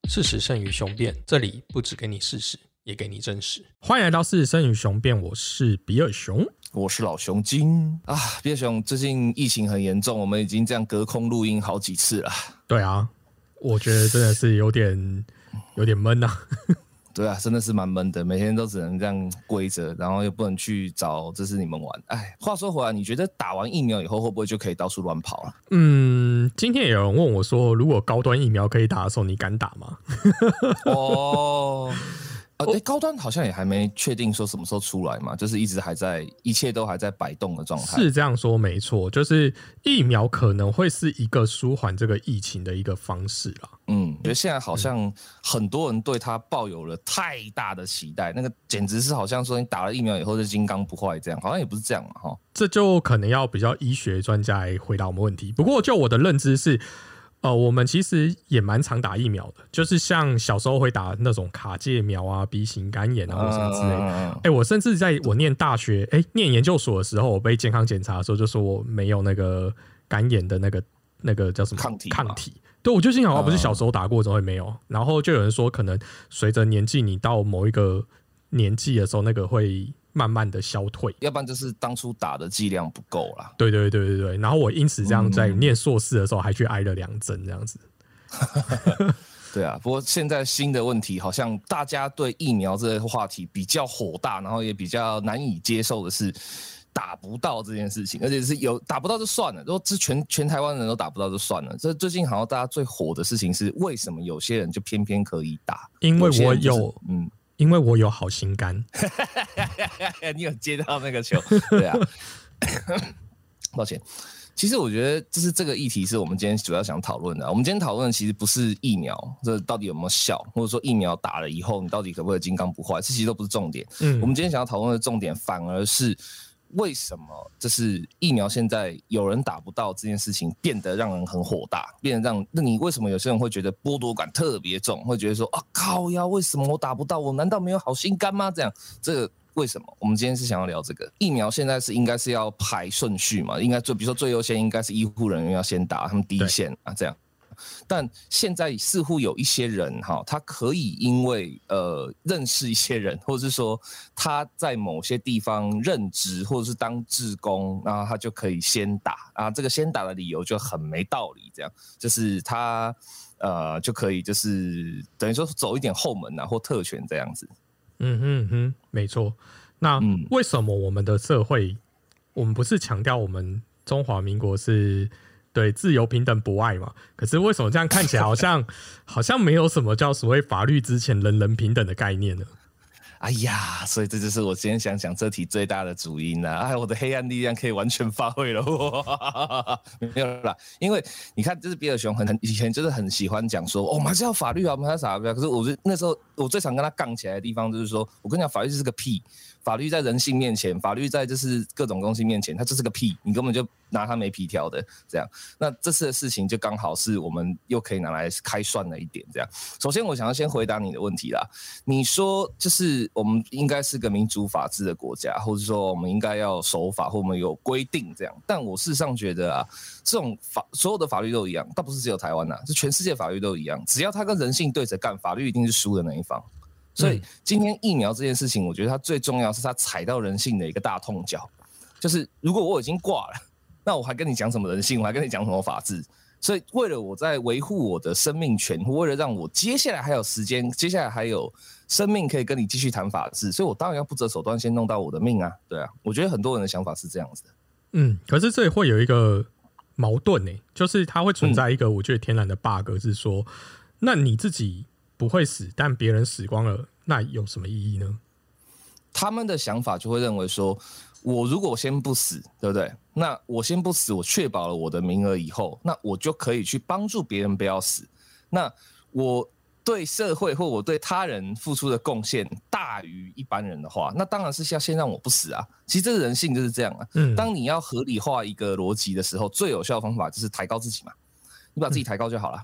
事实胜于雄辩，这里不只给你事实，也给你真实。 欢迎来到事实胜于雄辩，我是比尔熊， 我是老熊精啊。比尔熊，最近疫情很严重，我们已经这样隔空录音好几次了。 对啊，我觉得真的是有点闷啊。 对啊，真的是蛮闷的，每天都只能这样跪着，然后又不能去找这是你们玩。哎，话说回来，你觉得打完疫苗以后会不会就可以到处乱跑了？ 今天也有人问我说，如果高端疫苗可以打的时候，你敢打吗？ 哦。高端好像也还没确定说什么时候出来嘛，就是一切都还在摆动的状态。 是这样说没错，就是疫苗可能会是一个舒缓这个疫情的一个方式啦。 我觉得现在好像很多人对它抱有了太大的期待，那个简直是好像说你打了疫苗以后就金刚不坏这样，好像也不是这样嘛齁。 这就可能要比较医学专家来回答我们问题。不过就我的认知是。我们其实也蛮常打疫苗的，就是像小时候会打那种卡介苗啊、B 型肝炎啊或什么之类的。我甚至在我念大学、念研究所的时候，我被健康检查的时候就说我没有那个肝炎的那个叫什么抗体。对，我就心想，不是小时候打过，怎么会没有？然后就有人说，可能随着年纪，你到某一个年纪的时候，那个会慢慢的消退， 要不然就是当初打的剂量不够啦。 对。然后我因此这样在念硕士的时候还去挨了2针这样子。 对啊，不过现在新的问题好像大家对疫苗这个话题比较火大，然后也比较难以接受的是打不到这件事情，而且是有打不到就算了，如果全台湾人都打不到就算了。这最近好像大家最火的事情是为什么有些人就偏偏可以打？ 因为我有因为我有好心肝。 你有接到那个球？对啊。抱歉，其实我觉得就是这个议题是我们今天主要想讨论的。我们今天讨论的其实不是疫苗这到底有没有效，或者说疫苗打了以后你到底可不可以金刚不坏，这其实都不是重点。我们今天想要讨论的重点反而是为什么就是疫苗现在有人打不到这件事情变得让人很火大，变得那你为什么有些人会觉得剥夺感特别重，会觉得说啊靠呀，为什么我打不到？我难道没有好心肝吗？这样这个。为什么？我们今天是想要聊这个疫苗，现在应该是要排顺序嘛？应该比如说最优先应该是医护人员要先打，他们第一线啊这样。但现在似乎有一些人哈，他可以因为认识一些人，或者是说他在某些地方任职，或者是当志工，然后他就可以先打啊。这个先打的理由就很没道理，这样就是他就可以就是等于说走一点后门啊，或特权这样子。 没错。那为什么我们的社会，我们不是强调我们中华民国是对自由平等博爱嘛？可是为什么这样看起来好像没有什么叫所谓法律之前人人平等的概念呢？ 哎呀，所以这就是我今天想讲这题最大的主因啦！哎，我的黑暗力量可以完全发挥了，没有啦，因为你看，就是比尔熊以前就是很喜欢讲说，我们还是要法律啊，我们还是法律啊。可是那时候我最常跟他杠起来的地方就是说，我跟你讲，法律就是个屁，法律在人性面前，法律在就是各种东西面前，它就是个屁，你根本就拿它没皮条的这样。那这次的事情就刚好是我们又可以拿来开涮了一点这样。首先，我想要先回答你的问题啦，你说就是我们应该是个民主法治的国家，或者说我们应该要守法，或我们有规定这样。但我事实上觉得啊，这种所有的法律都一样，倒不是只有台湾呐，是全世界法律都一样，只要它跟人性对着干，法律一定是输的那一方。所以今天疫苗这件事情，我觉得它最重要是它踩到人性的一个大痛脚，就是如果我已经挂了，那我还跟你讲什么人性，我还跟你讲什么法治？所以为了我在维护我的生命权，为了让我接下来还有时间，接下来还有生命可以跟你继续谈法治，所以我当然要不择手段先弄到我的命啊，对啊，我觉得很多人的想法是这样子的。 可是这里会有一个矛盾就是它会存在一个我觉得天然的 bug 是说，那你自己不会死，但别人死光了，那有什么意义呢？ 他们的想法就会认为说，我如果先不死，对不对？那我先不死，我确保了我的名额以后，那我就可以去帮助别人不要死。那我对社会或我对他人付出的贡献大于一般人的话，那当然是要先让我不死啊。其实这个人性就是这样啊。当你要合理化一个逻辑的时候，最有效的方法就是抬高自己嘛，你把自己抬高就好了。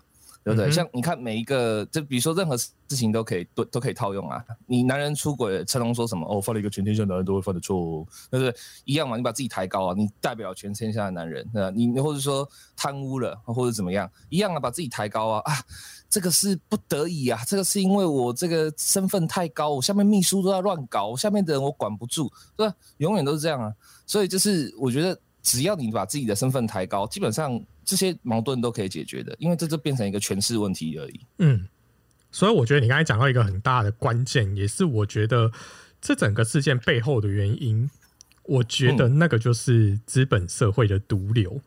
对不对？像你看每一个，就比如说任何事情都可以套用啊。你男人出轨，成龙说什么？哦，犯了一个全天下男人都会犯的错误，对不对？一样嘛，你把自己抬高啊，你代表全天下的男人，你或者说贪污了或者怎么样，一样啊，把自己抬高啊，这个是不得已啊，这个是因为我这个身份太高，我下面秘书都在乱搞，我下面的人我管不住，对吧？永远都是这样啊。所以就是我觉得，只要你把自己的身份抬高，基本上这些矛盾都可以解决的，因为这就变成一个权势问题而已。 所以我觉得你刚才讲到一个很大的关键，也是我觉得这整个事件背后的原因，我觉得那个就是资本社会的毒瘤。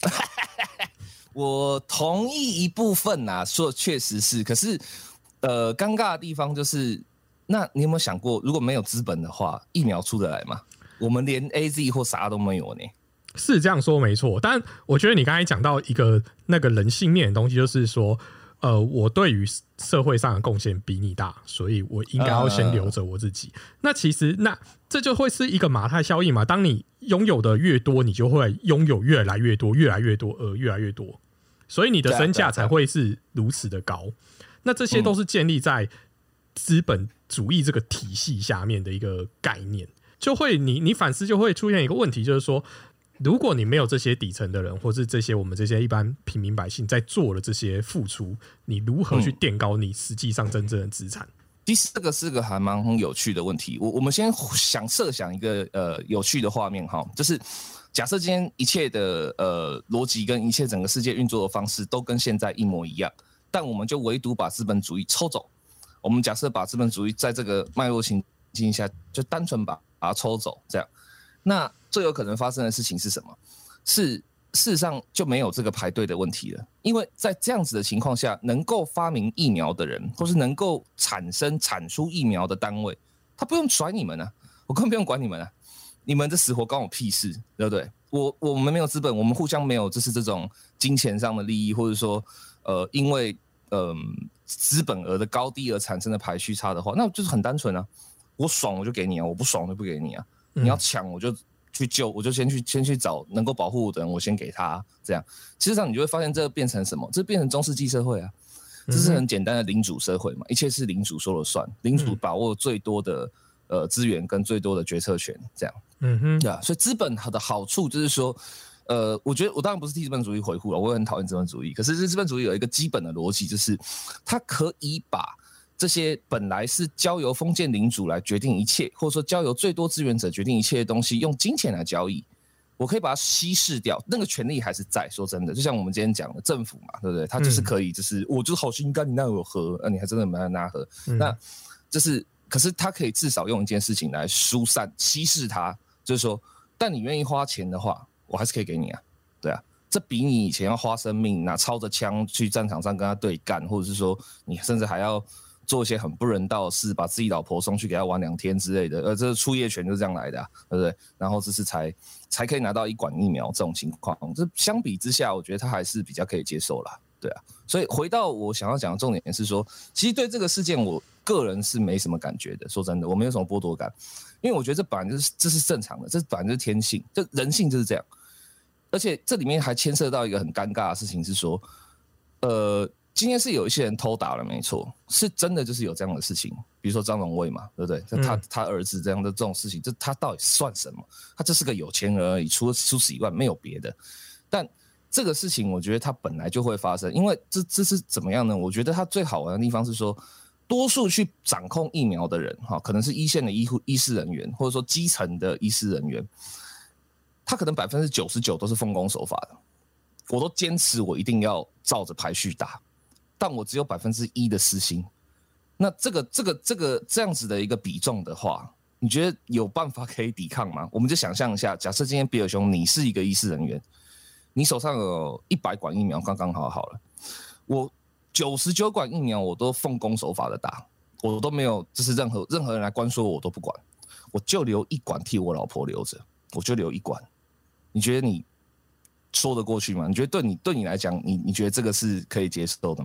我同意一部分啊，说确实是，可是尴尬的地方就是，那你有没有想过，如果没有资本的话，疫苗出得来吗？我们连 AZ 或啥都没有呢。 是这样说没错，但我觉得你刚才讲到一个那个人性面的东西，就是说，我对于社会上的贡献比你大，所以我应该要先留着我自己。那其实这就会是一个马太效应嘛。当你拥有的越多，你就会拥有越来越多，越来越多，越来越多，所以你的身价才会是如此的高。那这些都是建立在资本主义这个体系下面的一个概念，就会你反思就会出现一个问题，就是说，如果你没有这些底层的人，或是这些我们这些一般平民百姓在做了这些付出，你如何去垫高你实际上真正的资产？ 其实这个是个还蛮有趣的问题。我们先设想一个有趣的画面哈，就是假设今天一切的逻辑跟一切整个世界运作的方式都跟现在一模一样，但我们就唯独把资本主义抽走。我们假设把资本主义在这个脉络情境下，就单纯把它抽走，这样，那最有可能发生的事情是什么？是事实上就没有这个排队的问题了，因为在这样子的情况下，能够发明疫苗的人，或是能够产出疫苗的单位，他不用甩你们啊，我根本不用管你们啊，你们的死活关我屁事，对不对？我们没有资本，我们互相没有就是这种金钱上的利益，或者说因为资本额的高低而产生的排序差的话，那就是很单纯啊，我爽我就给你啊，我不爽就不给你啊，你要抢我就去救，我就先去找能够保护我的人，我先给他，这样，事实上你就会发现这变成什么？这变成中世纪社会啊，这是很简单的领主社会嘛，一切是领主说了算，领主把握最多的资源跟最多的决策权，这样，对啊，所以资本的好处就是说。我觉得我当然不是替资本主义回护了，我也很讨厌资本主义。可是资本主义有一个基本的逻辑，就是它可以把这些本来是交由封建领主来决定一切，或者说交由最多资源者决定一切的东西，用金钱来交易，我可以把它稀释掉，那个权利还是在。说真的，就像我们今天讲的政府嘛，对不对？它就是可以，就是我就是好心肝，你那有喝，你还真的没拿喝，那就是，可是它可以至少用一件事情来疏散、稀释它，就是说，但你愿意花钱的话。我还是可以给你啊，对啊，这比你以前要花生命操着枪去战场上跟他对干，或者是说你甚至还要做一些很不人道的事，把自己老婆送去给他玩2天之类的，这出业权就是这样来的、啊，对不对？然后这是才可以拿到1管疫苗这种情况，这相比之下，我觉得他还是比较可以接受啦，对啊。所以回到我想要讲的重点是说，其实对这个事件我个人是没什么感觉的，说真的，我没有什么剥夺感，因为我觉得这本来这是正常的，这本来就是天性，这人性就是这样。而且这里面还牵涉到一个很尴尬的事情是说，今天是有一些人偷打了，没错，是真的就是有这样的事情，比如说张荣卫嘛，对不对？他儿子这样的这种事情，这他到底算什么？他这是个有钱人而已，除了出此以外没有别的。但这个事情，我觉得它本来就会发生，因为这是怎么样呢？我觉得它最好玩的地方是说，多数去掌控疫苗的人，哈，可能是一线的医事人员，或者说基层的医师人员。他可能99%都是奉公守法的，我都坚持我一定要照着排序打，但我只有1%的私心。那这样子的一个比重的话，你觉得有办法可以抵抗吗？我们就想象一下，假设今天比尔兄你是一个医事人员，你手上有100管疫苗，刚刚好了，我99管疫苗我都奉公守法的打，我都没有就是任何人来关说我都不管，我就留1管替我老婆留着，我就留1管。你觉得你说得过去吗？你觉得对你来讲，你觉得这个是可以接受的吗？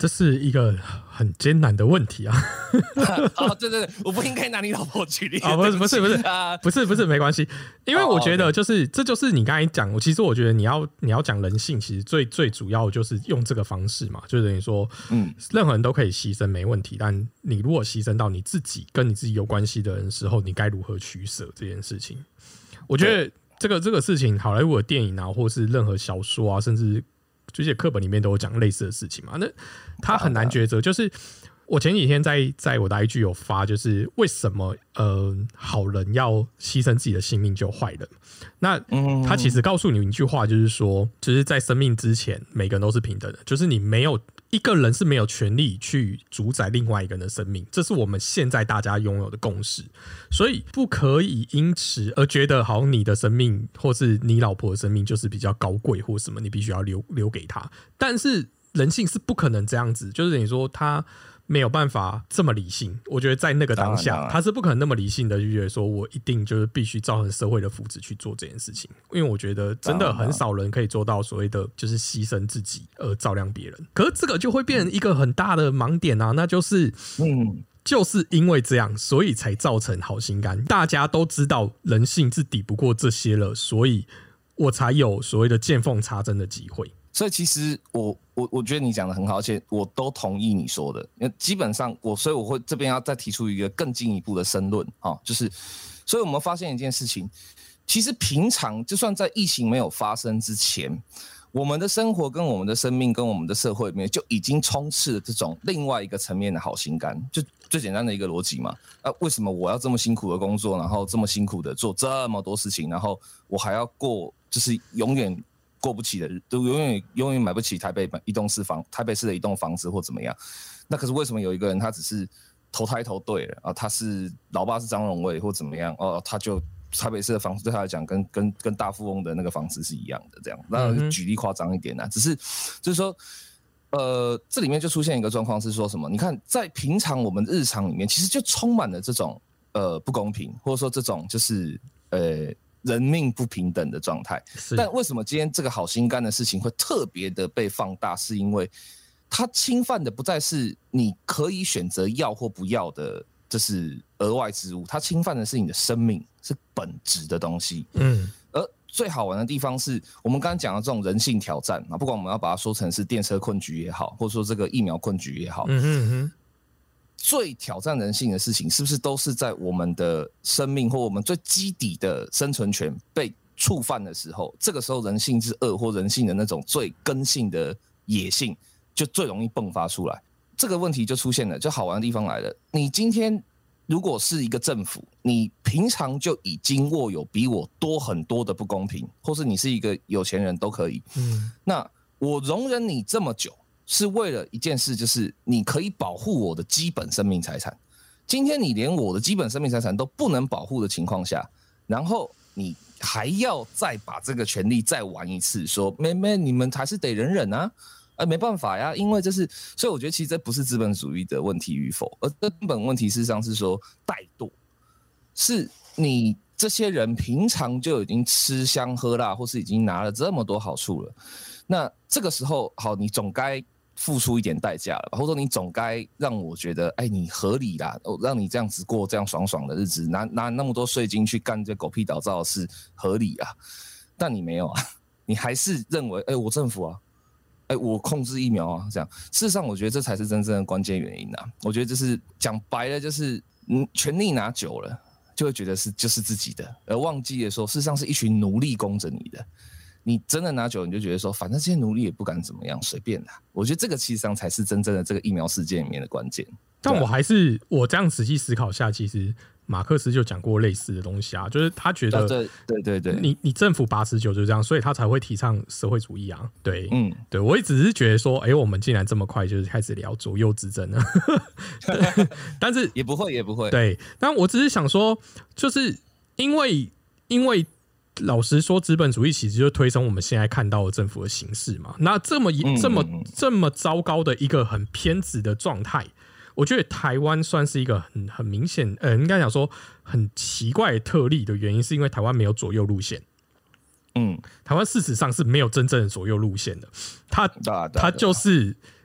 这是一个很艰难的问题啊！ 哦，对对对，我不应该拿你老婆举例啊！ 不是，没关系，因为我觉得就是这就是你刚才讲，其实我觉得你要讲人性，其实最主要就是用这个方式嘛，就等于说，任何人都可以牺牲没问题，但你如果牺牲到你自己跟你自己有关系的人的时候，你该如何取舍这件事情？我觉得这个事情，好莱坞的电影啊，或是任何小说啊，甚至这些课本里面都有讲类似的事情嘛，那他很难抉择。就是我前几天在我的 IG 有发，就是为什么好人要牺牲自己的性命救坏人？那他其实告诉你一句话，就是说，就是在生命之前，每个人都是平等的，就是你没有一个人是没有权利去主宰另外一个人的生命，这是我们现在大家拥有的共识，所以不可以因此而觉得好像你的生命或是你老婆的生命就是比较高贵或什么，你必须要留给他。但是人性是不可能这样子，就是等于说他没有办法这么理性。我觉得在那个当下，他是不可能那么理性的，就觉得说我一定就是必须造成社会的福祉去做这件事情。因为我觉得真的很少人可以做到所谓的就是牺牲自己而照亮别人。可是这个就会变成一个很大的盲点啊，那就是就是因为这样，所以才造成好心肝。大家都知道人性是抵不过这些了，所以我才有所谓的见缝插针的机会。 所以其实我觉得你讲的很好，而且我都同意你说的。因为基本上所以我会这边要再提出一个更进一步的申论啊，就是所以我们发现一件事情，其实平常就算在疫情没有发生之前，我们的生活跟我们的生命跟我们的社会里面就已经充斥了这种另外一个层面的好心肝，就最简单的一个逻辑嘛。为什么我要这么辛苦的工作，然后这么辛苦的做这么多事情，然后我还要过就是永远过不起的，都永远买不起台北市的一栋房子或怎么样？那可是为什么有一个人他只是投胎投对了啊？他是老爸是张荣卫或怎么样哦，他就台北市的房子对他来讲跟大富翁的那个房子是一样的这样。那举例夸张一点啊，只是就是说，这里面就出现一个状况是说什么？你看在平常我们日常里面，其实就充满了这种不公平，或者说这种就是人命不平等的状态。但为什么今天这个好心肝的事情会特别的被放大？是因为它侵犯的不再是你可以选择要或不要的，这是额外之物，它侵犯的是你的生命，是本质的东西。而最好玩的地方是我们刚刚讲的这种人性挑战啊，不管我们要把它说成是电车困局也好，或者说这个疫苗困局也好，最挑战人性的事情，是不是都是在我们的生命或我们最基底的生存权被触犯的时候？这个时候人性之恶或人性的那种最根性的野性，就最容易迸发出来。这个问题就出现了，就好玩的地方来了。你今天如果是一个政府，你平常就已经握有比我多很多的不公平，或是你是一个有钱人都可以。那我容忍你这么久，是为了一件事，就是你可以保护我的基本生命财产。今天你连我的基本生命财产都不能保护的情况下，然后你还要再把这个权利再玩一次，说妹妹你们还是得忍忍啊，没办法呀，因为这是，所以我觉得其实这不是资本主义的问题与否，而根本问题事实上是说怠惰，是你这些人平常就已经吃香喝辣，或是已经拿了这么多好处了，那这个时候好，你总该付出一点代价了吧，或者说你总该让我觉得，哎，你合理啦，让你这样子过这样爽爽的日子，拿那么多税金去干这狗屁倒灶的事，合理啊？但你没有啊，你还是认为，哎，我政府啊，哎，我控制疫苗啊，这样。事实上，我觉得这才是真正的关键原因啊。我觉得这是讲白了，就是权力拿久了，就会觉得就是自己的，而忘记了说，事实上是一群奴隶供着你的。你真的拿久了，你就觉得说，反正这些奴隶也不敢怎么样，随便啦。我觉得这个其实上才是真正的这个疫苗事件里面的关键。 但我这样仔细思考下，其实马克思就讲过类似的东西啊，就是他觉得对，你政府89就这样，所以他才会提倡社会主义啊。对，对我也只是觉得说，哎，我们竟然这么快就是开始聊左右之争了，但是也不会， 对，但我只是想说，就是因为老实说，资本主义其实就推升我们现在看到的政府的形式嘛。那这么糟糕的一个很偏执的状态，我觉得台湾算是一个很明显，应该讲说很奇怪的特例的原因，是因为台湾没有左右路线。台湾事实上是没有真正的左右路线的，它就是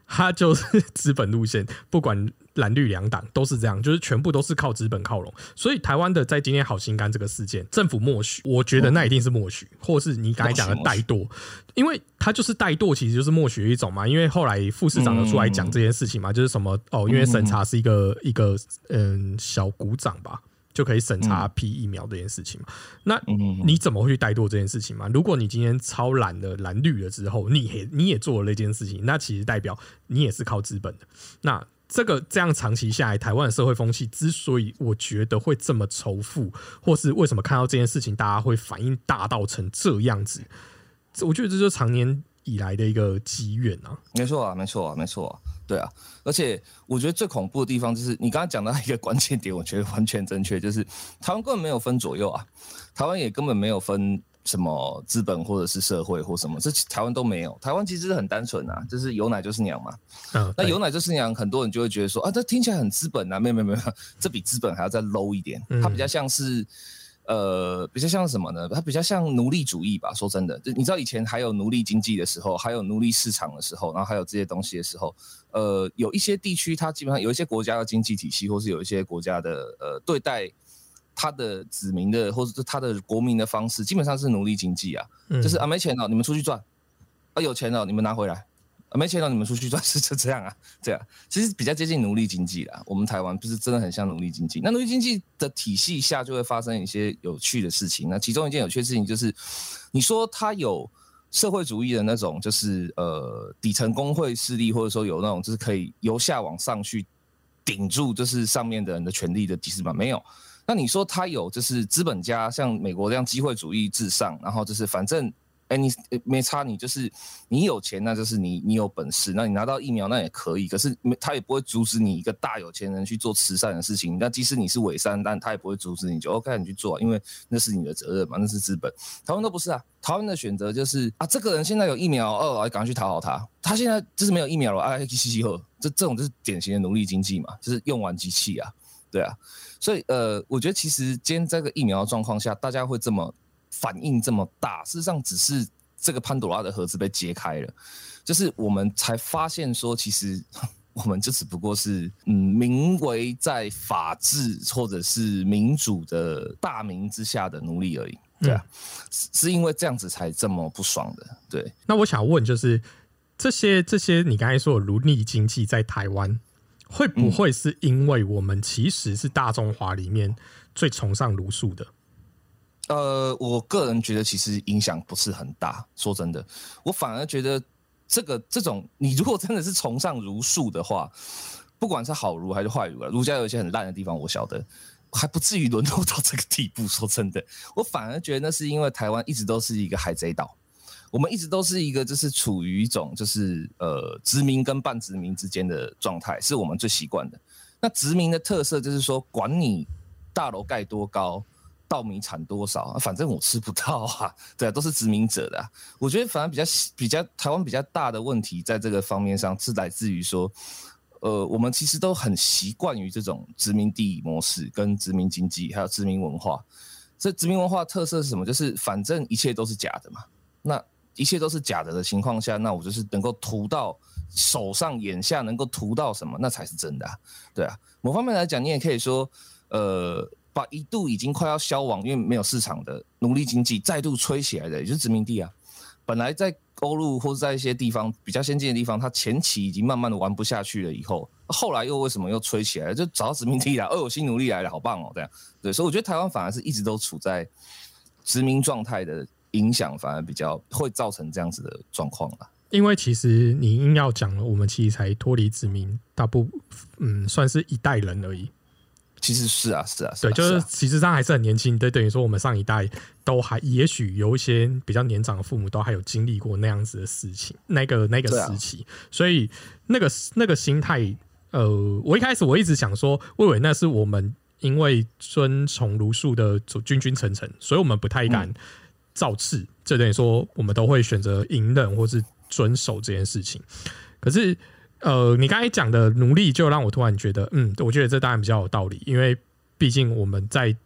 它就是资本路线，不管蓝绿两党都是这样，就是全部都是靠资本靠拢。所以台湾的在今天好心肝这个事件，政府默许，我觉得那一定是默许，或是你刚才讲的怠惰，因为它就是怠惰，其实就是默许的一种嘛。因为后来副市长有出来讲这件事情嘛，就是什么因为审查是一个小股长吧。就可以审查批疫苗这件事情嘛？那你怎么会去怠惰这件事情嘛？如果你今天超蓝的蓝绿了之后，你也做了那件事情，那其实代表你也是靠资本的。那这样长期下来，台湾的社会风气之所以我觉得会这么仇富，或是为什么看到这件事情大家会反应大到成这样子，我觉得这就是常年以来的一个积怨啊。 没错啊，没错啊，没错啊。对啊，而且我觉得最恐怖的地方就是你刚刚讲到一个关键点，我觉得完全正确，就是台湾根本没有分左右啊，台湾也根本没有分什么资本或者是社会或什么，这台湾都没有。台湾其实很单纯啊，就是有奶就是娘嘛。那有奶就是娘，很多人就会觉得说啊，这听起来很资本啊，没有，这比资本还要再 low 一点，它比较像是。比较像什么呢？它比较像奴隶主义吧。说真的，你知道以前还有奴隶经济的时候，还有奴隶市场的时候，然后还有这些东西的时候，有一些地区它基本上有一些国家的经济体系，或是有一些国家的对待他的子民的或者他的国民的方式，基本上是奴隶经济啊，就是啊没钱了你们出去赚，啊有钱了你们拿回来。没钱了，你们出去赚，是就这样啊，对啊，其实比较接近奴隶经济啦。我们台湾不是真的很像奴隶经济。那奴隶经济的体系下，就会发生一些有趣的事情。那其中一件有趣的事情就是，你说它有社会主义的那种，就是底层工会势力，或者说有那种就是可以由下往上去顶住，就是上面的人的权利的机制吗？没有。那你说它有就是资本家像美国这样机会主义至上，然后就是反正。你没差，你就是你有钱，那就是你有本事，那你拿到疫苗那也可以，可是他也不会阻止你一个大有钱人去做慈善的事情。那即使你是伪善，但他也不会阻止你，就 OK 你去做，因为那是你的责任嘛，那是资本。台湾都不是啊，台湾的选择就是啊，这个人现在有疫苗，赶快去讨好他。他现在就是没有疫苗了，嘻呵，这种就是典型的奴隶经济嘛，就是用完机器啊，对啊。所以我觉得其实今天这个疫苗的状况下，大家会这么。反应这么大，事实上只是这个潘多拉的盒子被揭开了，就是我们才发现说，其实我们就只不过是名为在法治或者是民主的大名之下的奴隶而已，对啊，是因为这样子才这么不爽的，对。 那我想问，就是这些你刚才说的奴隶经济在台湾，会不会是因为我们其实是大中华里面最崇尚儒术的？ 我个人觉得其实影响不是很大。说真的，我反而觉得这种，你如果真的是崇尚儒术的话，不管是好儒还是坏儒啊，儒家有一些很烂的地方，我晓得，还不至于沦落到这个地步。说真的，我反而觉得那是因为台湾一直都是一个海贼岛，我们一直都是一个就是处于一种就是殖民跟半殖民之间的状态，是我们最习惯的。那殖民的特色就是说，管你大楼盖多高。稻米产多少，反正我吃不到啊，对啊，都是殖民者的啊。我觉得反而比较台湾比较大的问题，在这个方面上是来自于说，我们其实都很习惯于这种殖民地模式、跟殖民经济还有殖民文化。这殖民文化的特色是什么？就是反正一切都是假的嘛。那一切都是假的情况下，那我就是能够图到手上眼下能够图到什么，那才是真的啊，对啊。某方面来讲，你也可以说，把一度已经快要消亡，因为没有市场的奴隶经济再度吹起来的，也就是殖民地啊。本来在欧陆或者在一些地方比较先进的地方，它前期已经慢慢的玩不下去了，以后后来又为什么又吹起来了？就找到殖民地了，有新奴隶来了，好棒哦，这样。对，所以我觉得台湾反而是一直都处在殖民状态的影响，反而比较会造成这样子的状况啦。 因为其实你硬要讲了，我们其实才脱离殖民，算是一代人而已。 其实是啊， 对，就是其实上还是很年轻，对，等于说我们上一代都还也许有一些比较年长的父母都还有经历过那样子的事情，那个时期，所以那个心态，我一开始我一直想说，我以为那是我们因为遵从儒术的君君臣臣，所以我们不太敢造次，这等于说我们都会选择隐忍或是遵守这件事情，可是。你刚才讲的奴隶，就让我突然觉得，我觉得这当然比较有道理，因为毕竟我们在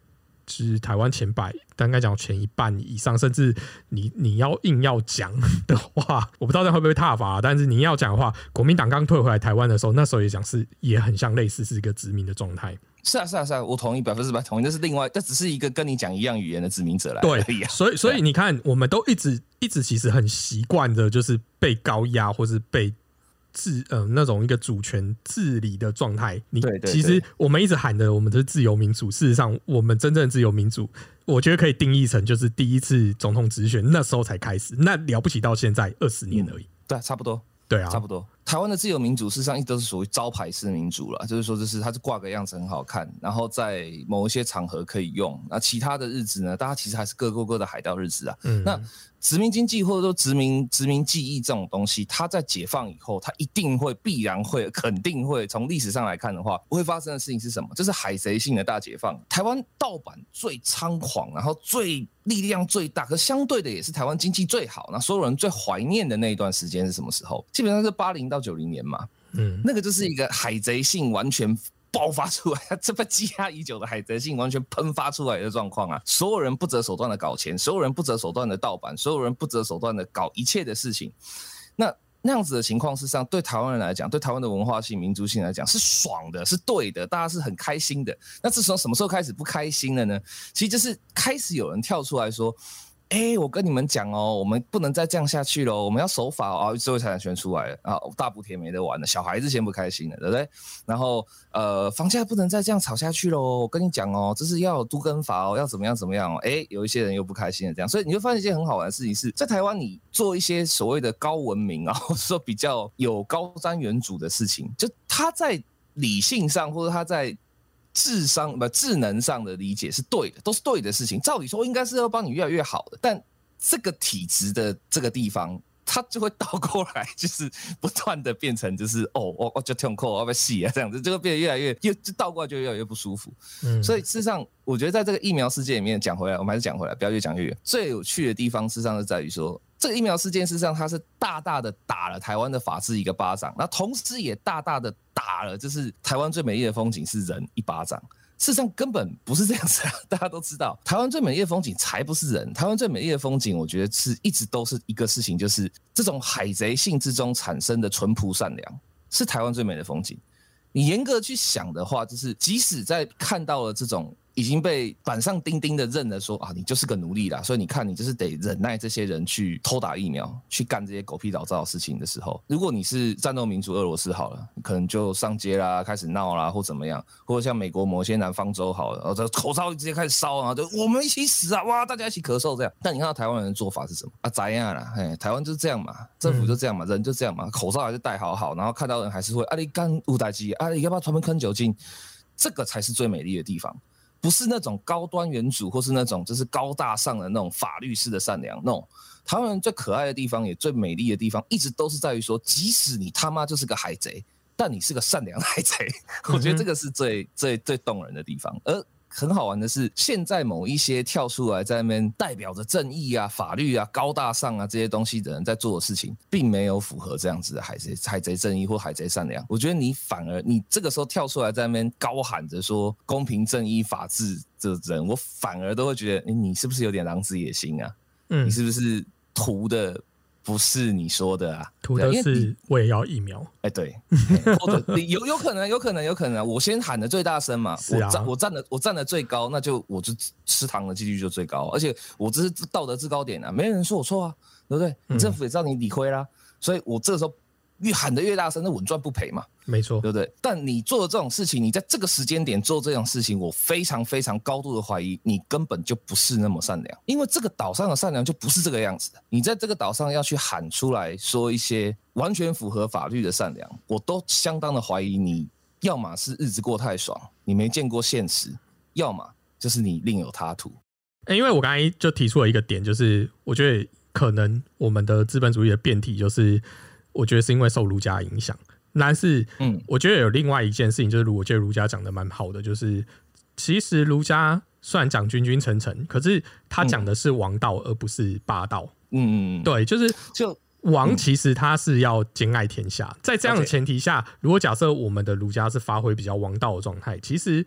就是台湾前100，大概讲前1半以上，甚至你要硬要讲的话，我不知道这会不会踏伐，但是你要讲的话，国民党刚退回来台湾的时候，那时候也讲是也很像类似是一个殖民的状态。 是啊，我同意100%同意，这是另外，这只是一个跟你讲一样语言的殖民者来而已啊。 所以你看，我们都一直其实很习惯的，就是被高压或是被那种一个主权治理的状态。对，其实我们一直喊的我们的自由民主，事实上我们真正的自由民主，我觉得可以定义成就是第一次总统直选那时候才开始，那了不起到现在20年而已。 对，差不多。 对啊， 差不多。台湾的自由民主事实上一直都是属于招牌式民主啦，就是说它是挂个样子很好看，然后在某一些场合可以用，那其他的日子呢，大家其实还是各过各的海盗日子啊。那殖民经济或者说殖民记忆这种东西，它在解放以后，它一定会、必然会、肯定会，从历史上来看的话，会发生的事情是什么？就是海贼性的大解放。台湾盗版最猖狂，然后力量最大，可相对的也是台湾经济最好，那所有人最怀念的那一段时间是什么时候？基本上是80到90年嘛。那个就是一个海贼性完全爆发出来，这被积压已久的海贼性完全喷发出来的状况啊！所有人不择手段的搞钱，所有人不择手段的盗版，所有人不择手段的搞一切的事情。那样子的情况，事实上对台湾人来讲，对台湾的文化性、民族性来讲是爽的，是对的，大家是很开心的。那这时候什么时候开始不开心了呢？其实就是开始有人跳出来说，我跟你们讲哦，我们不能再这样下去了，我们要守法哦。智慧财产权出来了啊，大补贴没得玩了，小孩子先不开心了，对不对？然后房价不能再这样炒下去了，我跟你讲哦，这是要有都更法哦，要怎么样哦。有一些人又不开心了，这样，所以你会发现一件很好玩的事情是，在台湾你做一些所谓的高文明啊，或者说比较有高瞻远瞩的事情，就他在理性上或者他在智能上的理解是对的，都是对的事情。照理说应该是要帮你越来越好的，但这个体制的这个地方，它就会倒过来，就是不断的变成就是我就痛苦，我被洗啊这样子，就会变得越来越就倒过来就越来越不舒服。所以事实上，我觉得在这个疫苗事件里面讲回来，我们还是讲回来，不要越讲越远。最有趣的地方，事实上是在于说，这个疫苗事件事实上它是大大的打了台湾的法治一个巴掌，那同时也大大的打了就是台湾最美丽的风景是人一巴掌。事实上根本不是这样子啊！大家都知道，台湾最美丽的风景才不是人。台湾最美丽的风景，我觉得是一直都是一个事情，就是这种海贼性之中产生的淳朴善良，是台湾最美的风景。你严格去想的话，就是即使在看到了这种已经被板上钉钉的认了说啊，你就是个奴隶啦，所以你看你就是得忍耐这些人去偷打疫苗，去干这些狗屁倒灶的事情的时候，如果你是战斗民族俄罗斯好了，你可能就上街啦，开始闹啦，或怎么样，或者像美国某些南方州好了，然后这口罩直接开始烧，然后就我们一起死啊，哇，大家一起咳嗽这样。但你看到台湾人的做法是什么啊？怎样啦？台湾就是这样嘛，政府就这样嘛，人就这样嘛，口罩还是戴好好，然后看到人还是会啊，你干有代志啊，你要不要专门喷酒精？这个才是最美丽的地方。不是那种高端元主，或是那种就是高大上的那种法律式的善良。那种台湾人最可爱的地方，也最美丽的地方，一直都是在于说，即使你他妈就是个海贼，但你是个善良的海贼。我觉得这个是最动人的地方。而很好玩的是，现在某一些跳出来在那边代表着正义啊、法律啊、高大上啊这些东西的人在做的事情，并没有符合这样子的海贼正义或海贼善良。我觉得你反而你这个时候跳出来在那边高喊着说公平正义法治的人，我反而都会觉得，你是不是有点狼子野心啊？你是不是图的不是你说的啊？ 图的是我也要疫苗。 对，有可能，我先喊的最大声嘛，我站的最高，那就我就吃糖的几率就最高，而且我这是道德制高点啊，没人说我错啊，对不对？政府也知道你理亏啦，所以我这个时候越喊得越大声，那稳赚不赔嘛， 没错， 对不对？但你做的这种事情，你在这个时间点做这种事情，我非常非常高度的怀疑，你根本就不是那么善良，因为这个岛上的善良就不是这个样子的。你在这个岛上要去喊出来说一些完全符合法律的善良，我都相当的怀疑你，要么是日子过太爽，你没见过现实，要么就是你另有他图。 因为我刚才就提出了一个点，就是我觉得可能我们的资本主义的变体，就是我觉得是因为受儒家影响。但是我觉得有另外一件事情，就是我觉得儒家讲的蛮好的，就是其实儒家虽然讲君君臣臣，可是他讲的是王道而不是霸道。对，就是王其实他是要兼爱天下，在这样的前提下，如果假设我们的儒家是发挥比较王道的状态，其实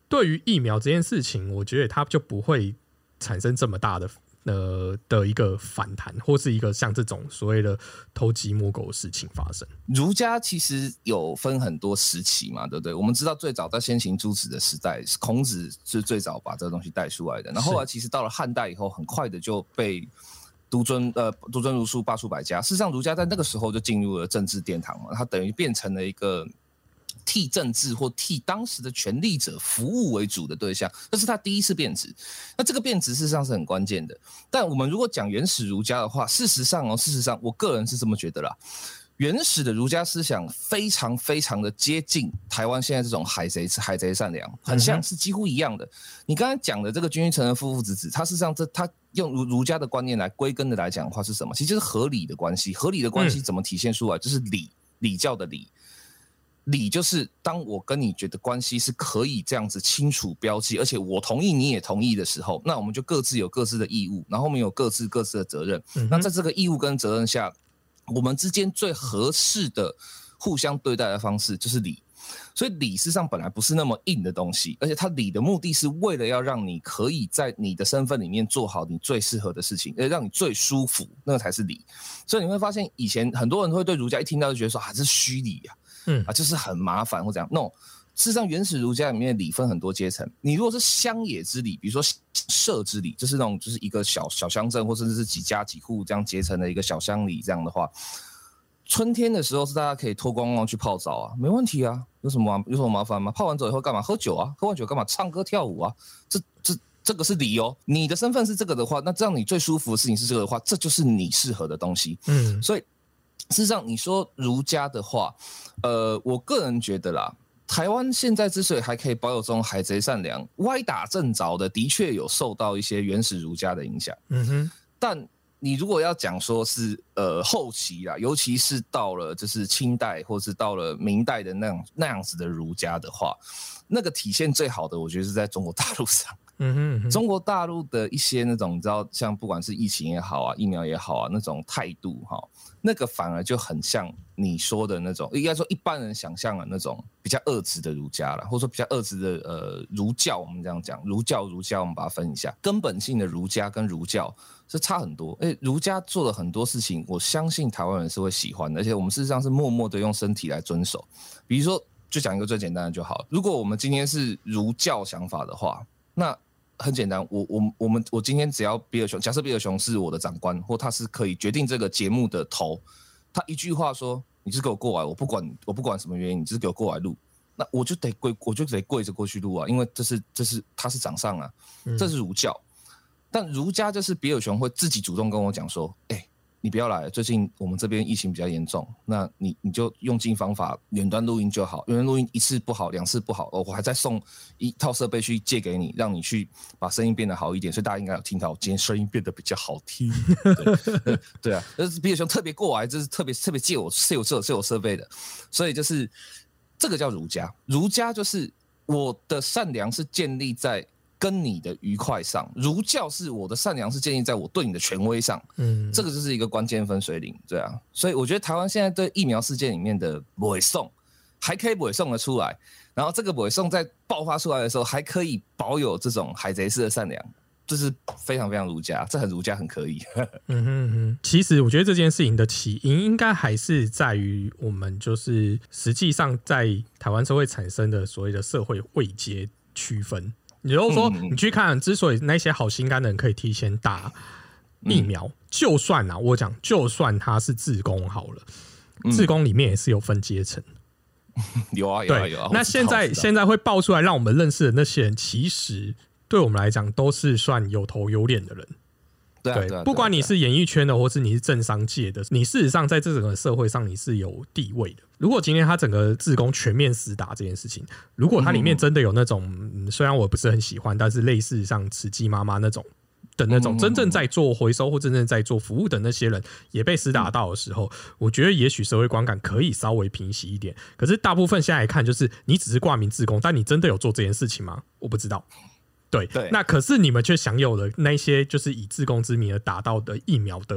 对于疫苗这件事情，我觉得它就不会产生这么大的一个反弹，或是一个像这种所谓的偷鸡摸狗的事情发生。 儒家其实有分很多时期嘛，对不对？我们知道最早在先行诸子的时代，孔子是最早把这个东西带出来的。然后后来其实到了汉代以后，很快的就被独尊儒术罢黜百家。事实上，儒家在那个时候就进入了政治殿堂嘛，它等于变成了一个替政治或替当时的权力者服务为主的对象，这是他第一次变质。那这个变质事实上是很关键的。但我们如果讲原始儒家的话，事实上，我个人是这么觉得啦。原始的儒家思想非常非常的接近台湾现在这种海贼善良，很像，是几乎一样的。你刚才讲的这个君君臣臣父父子子，他事实上他用儒家的观念来归根的来讲的话是什么？其实就是合理的关系。合理的关系怎么体现出来？就是礼教的礼。礼就是当我跟你觉得关系是可以这样子清楚标记，而且我同意你也同意的时候，那我们就各自有各自的义务，然后我们有各自的责任。那在这个义务跟责任下，我们之间最合适的互相对待的方式就是礼。所以礼事实上本来不是那么硬的东西，而且它礼的目的是为了要让你可以在你的身份里面做好你最适合的事情，让你最舒服，那个才是礼。所以你会发现以前很多人会对儒家一听到就觉得说这是虚礼啊。就是很麻烦或怎样。No， 事实上原始儒家里面的礼分很多阶层。你如果是乡野之礼，比如说社之礼，就是那种就是一个小乡镇或甚至是几家几户这样结成的一个小乡里，这样的话，春天的时候是大家可以脱光光去泡澡啊，没问题啊，有什么麻烦吗？泡完澡以后干嘛？喝酒啊，喝完酒干嘛？唱歌跳舞啊，这个是理哦。你的身份是这个的话，那这样你最舒服的事情是这个的话，这就是你适合的东西。所以事实上你说儒家的话，我个人觉得啦，台湾现在之所以还可以保有这种海贼善良，歪打正着的确有受到一些原始儒家的影响。但你如果要讲说是后期啦，尤其是到了就是清代或是到了明代的那样子的儒家的话，那个体现最好的，我觉得是在中国大陆上。中国大陆的一些那种你知道，像不管是疫情也好啊，疫苗也好啊，那种态度哈，那个反而就很像你说的那种，应该说一般人想象的那种比较恶质的儒家啦，或者说比较恶质的儒教，我们这样讲，儒教我们把它分一下，根本性的儒家跟儒教是差很多。儒家做了很多事情，我相信台湾人是会喜欢的，而且我们事实上是默默的用身体来遵守。比如说，就讲一个最简单的就好了，如果我们今天是儒教想法的话，那很简单，我今天只要比尔熊，假设比尔熊是我的长官，或他是可以决定这个节目的头，他一句话说，你就是给我过来，我不管什么原因，你就是给我过来录，那我就得跪着过去录啊，因为这是他是长上啊，这是儒教。但儒家就是比尔熊会自己主动跟我讲说，你不要来，最近我们这边疫情比较严重，那你就用尽方法远端录音就好，远端录音一次不好2次不好，我还再送一套设备去借给你，让你去把声音变得好一点，所以大家应该有听到我今天声音变得比较好听。对啊，比尔熊特别过来，这是特别借我设备的，所以就是这个叫儒家。儒家就是我的善良是建立在跟你的愉快上，儒教是我的善良是建立在我对你的权威上，这个就是一个关键分水岭，对啊，所以我觉得台湾现在对疫苗事件里面的尾送还可以尾送得出来，然后这个尾送在爆发出来的时候还可以保有这种海贼式的善良，这是非常非常儒家，这很儒家，很可以。 其实我觉得这件事情的起因应该还是在于我们就是实际上在台湾社会产生的所谓的社会位阶区分。也就是说，你去看，之所以那些好心肝的人可以提前打疫苗，就算我讲，就算他是志工好了，志工里面也是有分阶层。 有啊。 那现在会爆出来，让我们认识的那些人，其实对我们来讲都是算有头有脸的人。对，不管你是演艺圈的，或是你是政商界的，你事实上在这整个社会上你是有地位的。如果今天他整个志工全面实打这件事情，如果他里面真的有那种，虽然我不是很喜欢，但是类似像慈济妈妈那种的那种真正在做回收或真正在做服务的那些人也被实打到的时候，我觉得也许社会观感可以稍微平息一点。可是大部分现在来看，就是你只是挂名志工，但你真的有做这件事情吗？我不知道。对，那可是你们却享有了那些就是以志工之名而打到的疫苗的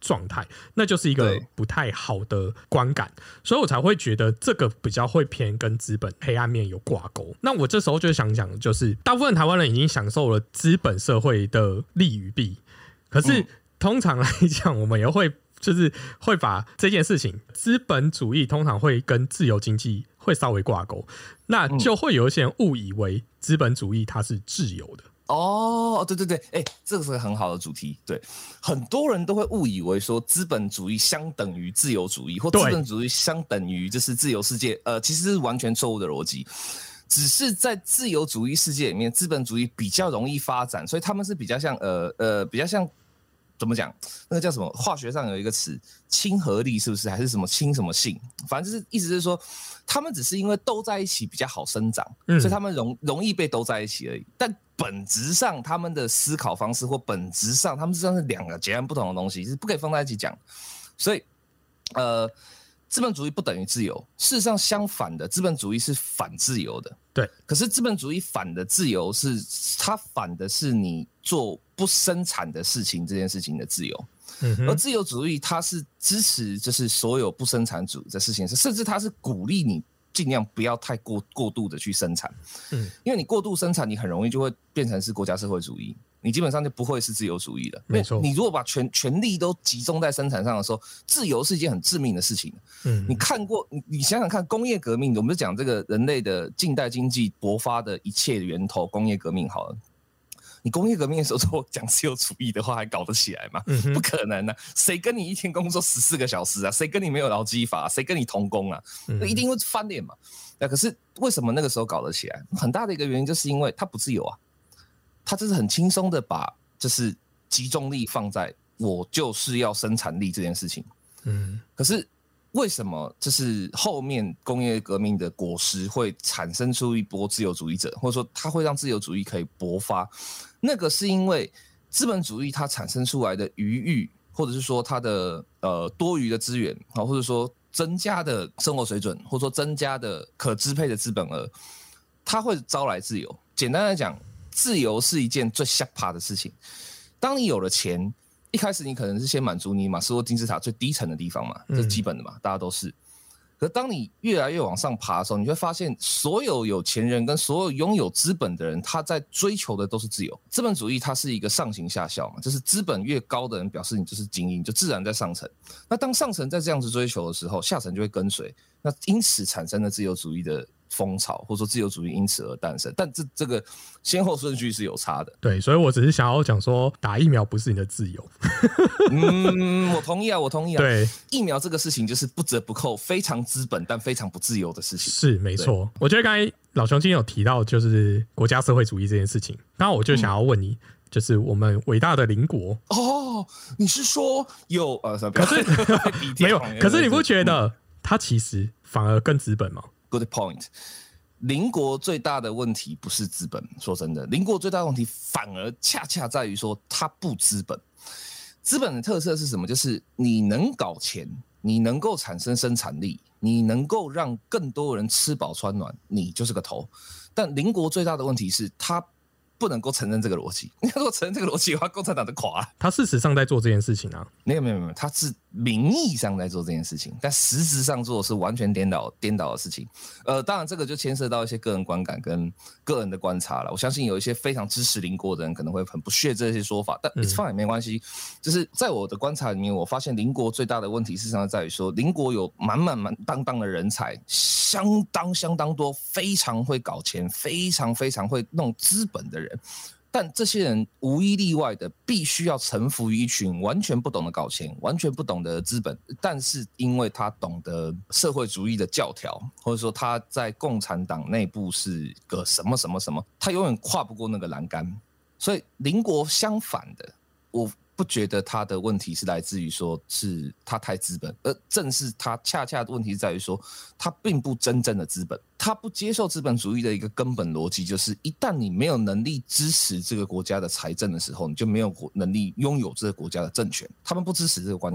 状态，那就是一个不太好的观感，所以我才会觉得这个比较会偏跟资本黑暗面有挂钩。那我这时候就想讲，就是大部分台湾人已经享受了资本社会的利与弊，可是通常来讲，我们也会就是会把这件事情，资本主义通常会跟自由经济会稍微挂钩，那就会有一些人误以为资本主义它是自由的。 哦，对对对，这个是个很好的主题。对，很多人都会误以为说资本主义相等于自由主义，或资本主义相等于就是自由世界。其实是完全错误的逻辑。只是在自由主义世界里面，资本主义比较容易发展，所以他们是比较像比较像怎么讲？那个叫什么？化学上有一个词，亲和力是不是？还是什么亲什么性？反正就是意思是说，他们只是因为兜在一起比较好生长，所以他们容易被兜在一起而已。但本质上，他们的思考方式或本质上，他们实际上是两个截然不同的东西，是不可以放在一起讲。所以，资本主义不等于自由。事实上，相反的，资本主义是反自由的。 对， 可是资本主义反的自由是，它反的是你做不生产的事情这件事情的自由。而自由主义它是支持就是所有不生产主义的事情，甚至它是鼓励你尽量不要太过度的去生产。因为你过度生产，你很容易就会变成是国家社会主义。你基本上就不会是自由主义了。 没错， 你如果把权力都集中在生产上的时候，自由是一件很致命的事情。你看过，你想想看，工业革命，我们就讲这个人类的近代经济勃发的一切源头，工业革命好了。你工业革命的时候，如果讲自由主义的话，还搞得起来吗？不可能啊！谁跟你一天工作14个小时啊？谁跟你没有劳基法？谁跟你同工啊？一定会翻脸嘛。可是为什么那个时候搞得起来？很大的一个原因就是因为它不自由啊。他就是很轻松的把就是集中力放在我就是要生产力这件事情。可是为什么就是后面工业革命的果实会产生出一波自由主义者，或者说它会让自由主义可以勃发？那个是因为资本主义它产生出来的余裕，或者是说它的多余的资源，或者说增加的生活水准，或者说增加的可支配的资本额，它会招来自由。简单来讲，自由是一件最下爬的事情。当你有了钱，一开始你可能是先满足你马斯洛金字塔最低层的地方嘛，这是基本的嘛，大家都是。可当你越来越往上爬的时候，你会发现所有有钱人跟所有拥有资本的人，他在追求的都是自由。资本主义它是一个上行下效嘛，就是资本越高的人表示你就是精英，就自然在上层。那当上层在这样子追求的时候，下层就会跟随，那因此产生了自由主义的风潮，或者说自由主义因此而诞生，但这个先后顺序是有差的。 对，所以我只是想要讲说，打疫苗不是你的自由。 我同意啊，我同意啊。 对， 疫苗这个事情就是不折不扣，非常资本但非常不自由的事情。 是没错。我觉得刚才老兄今天有提到就是国家社会主义这件事情，刚刚我就想要问你，就是我们伟大的邻国哦，你是说有可是没有，可是你不觉得它其实反而更资本吗 ？Good point。邻国最大的问题不是资本，说真的，邻国最大的问题反而恰恰在于说它不资本。资本的特色是什么？就是你能搞钱，你能够产生生产力，你能够让更多人吃饱穿暖，你就是个头。但邻国最大的问题是它不能够承认这个逻辑。你如果承认这个逻辑的话，共产党就垮了。 他事实上在做这件事情啊？ 没有，他是名义上在做这件事情，但实质上做的是完全颠倒的事情。当然这个就牵涉到一些个人观感跟个人的观察了。我相信有一些非常支持邻国的人可能会很不屑这些说法，但 it's fine 没关系。就是在我的观察里面，我发现邻国最大的问题事实上在于说，邻国有满当的人才，相当多，非常会搞钱，非常会弄资本的人。但这些人无一例外的必须要臣服于一群完全不懂得搞钱、完全不懂得资本，但是因为他懂得社会主义的教条，或者说他在共产党内部是个什么，他永远跨不过那个栏杆。所以邻国相反的，我不觉得他的问题是来自于说是他太资本，而正是他恰恰的问题是在于说他并不真正的资本。他不接受资本主义的一个根本逻辑就是，一旦你没有能力支持这个国家的财政的时候，你就没有能力拥有这个国家的政权。他们不支持这个观念呢。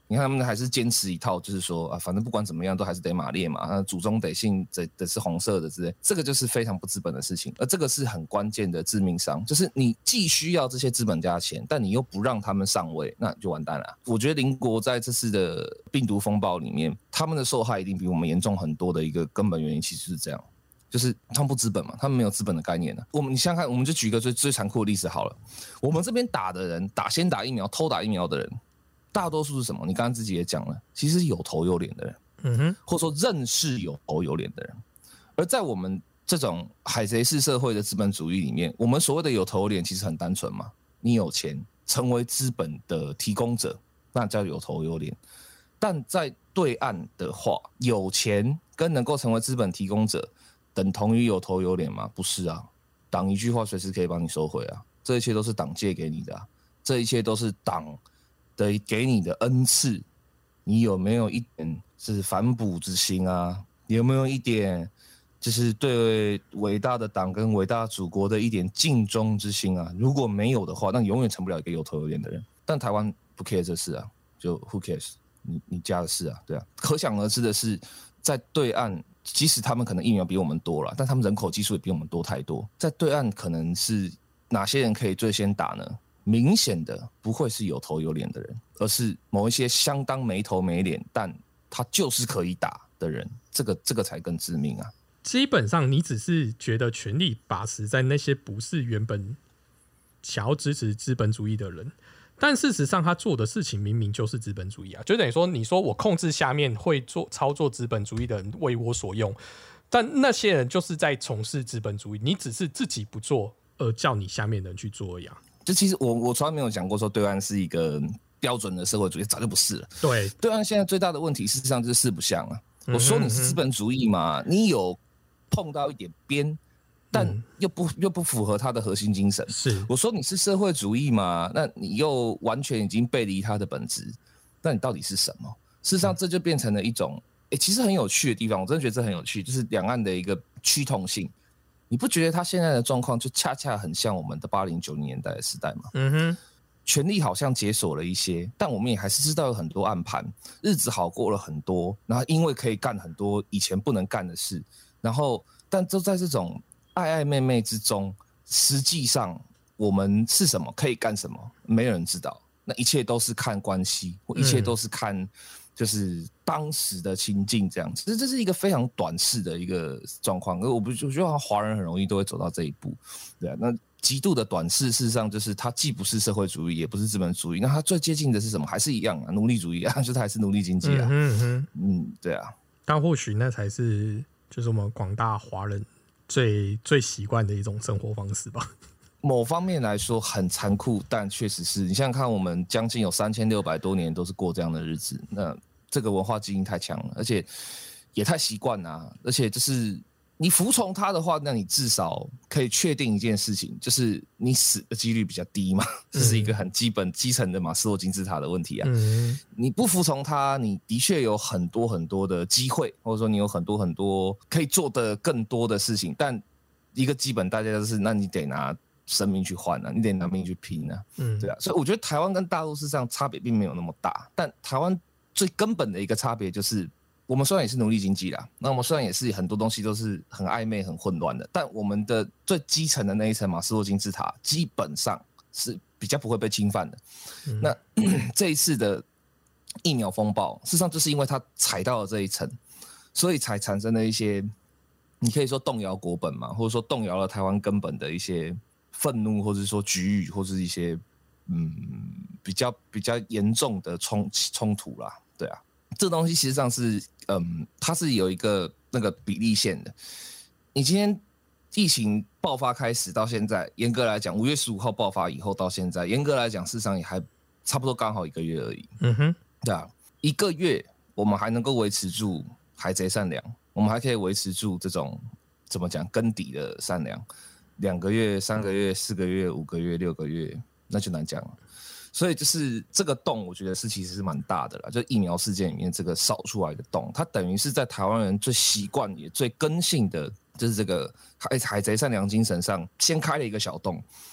你看他们还是坚持一套，就是说啊，反正不管怎么样都还是得马列嘛，祖宗得姓得是红色的之类，这个就是非常不资本的事情，而这个是很关键的致命伤，就是你既需要这些资本家的钱，但你又不让他们上位，那就完蛋了。我觉得邻国在这次的病毒风暴里面，他们的受害一定比我们严重很多的一个根本原因，其实是这样。就是他们不资本嘛，他们没有资本的概念呢。你想想看，我们就举一个最残酷的例子好了。我们这边打的人，先打疫苗、偷打疫苗的人，大多数是什么？你刚刚自己也讲了，其实是有头有脸的人，或者说认识有头有脸的人。而在我们这种海贼式社会的资本主义里面，我们所谓的有头有脸其实很单纯嘛，你有钱，成为资本的提供者，那叫有头有脸。但在对岸的话，有钱跟能够成为资本提供者，等同于有头有脸吗？不是啊，党一句话随时可以帮你收回啊，这一切都是党借给你的啊，这一切都是党的给你的恩赐，你有没有一点是反哺之心啊？有没有一点就是对伟大的党跟伟大的祖国的一点尽忠之心啊？如果没有的话，那你永远成不了一个有头有脸的人。但台湾不 care 这事啊，就 who cares？ 你家的事啊，对啊。可想而知的是，在对岸。即使他们可能疫苗比我们多了，但他们人口基数也比我们多太多。在对岸可能是哪些人可以最先打呢？明显的不会是有头有脸的人，而是某一些相当没头没脸，但他就是可以打的人。这个才更致命啊！ 基本上你只是觉得权力把持在那些不是原本想要支持资本主义的人。但事实上，他做的事情明明就是资本主义啊！就等于说，你说我控制下面会操作资本主义的人为我所用，但那些人就是在从事资本主义，你只是自己不做，而叫你下面的人去做而已啊。 就其实我从来没有讲过说对岸是一个标准的社会主义，早就不是了。对岸现在最大的问题，事实上就是四不像啊。我说你是资本主义嘛，你有碰到一点边。但又不符合他的核心精神。 是我说你是社会主义嘛，那你又完全已经背离他的本质，那你到底是什么？事实上，这就变成了一种，其实很有趣的地方。我真的觉得这很有趣，就是两岸的一个趋同性。你不觉得他现在的状况就恰恰很像我们的80、90年代的时代吗？权力好像解锁了一些，但我们也还是知道有很多暗盘，日子好过了很多，然后因为可以干很多以前不能干的事，然后但就在这种暧暧昧昧之中，实际上我们是什么，可以干什么，没有人知道。那一切都是看关系，或一切都是看就是当时的情境这样子。这是一个非常短视的一个状况。我觉得华人很容易都会走到这一步，对啊。那极度的短视，事实上就是它既不是社会主义，也不是资本主义。那它最接近的是什么？还是一样啊，奴隶主义啊，就是它还是奴隶经济啊。对啊。 但或许那才是就是我们广大华人最习惯的一种生活方式吧。 某方面来说很残酷，但确实是你想想看，我们将近有3600多年都是过这样的日子，那这个文化基因太强了，而且也太习惯了，而且就是你服从它的话，那你至少可以确定一件事情，就是你死的几率比较低嘛，这是一个很基层的马斯洛金字塔的问题啊。你不服从它，你的确有很多很多的机会，或者说你有很多很多可以做的更多的事情，但一个基本大家就是，那你得拿生命去换啊，你得拿命去拼啊，对啊。所以我觉得台湾跟大陆事实上差别并没有那么大，但台湾最根本的一个差别就是，我们虽然也是奴隶经济啦，那我们虽然也是很多东西都是很暧昧、很混乱的，但我们的最基层的那一层马斯洛金字塔基本上是比较不会被侵犯的。那这一次的疫苗风暴，事实上就是因为它踩到了这一层，所以才产生了一些，你可以说动摇国本嘛，或者说动摇了台湾根本的一些愤怒，或者说局域，或是一些比较严重的冲突啦，对啊。这东西其实上是它是有一个那个比例线的。你今天疫情爆发开始到现在，严格来讲，5月15号爆发以后到现在，严格来讲，事实上也还差不多刚好1个月而已。对啊，1个月我们还能够维持住海贼善良，我们还可以维持住这种怎么讲根底的善良。2个月、3个月、4个月、5个月、6个月，那就难讲了。所以就是这个洞，我觉得是其实是蛮大的啦。就疫苗事件里面这个扫出来的洞，它等于是在台湾人最习惯也最根性的，就是这个海贼善良精神上先开了一个小洞。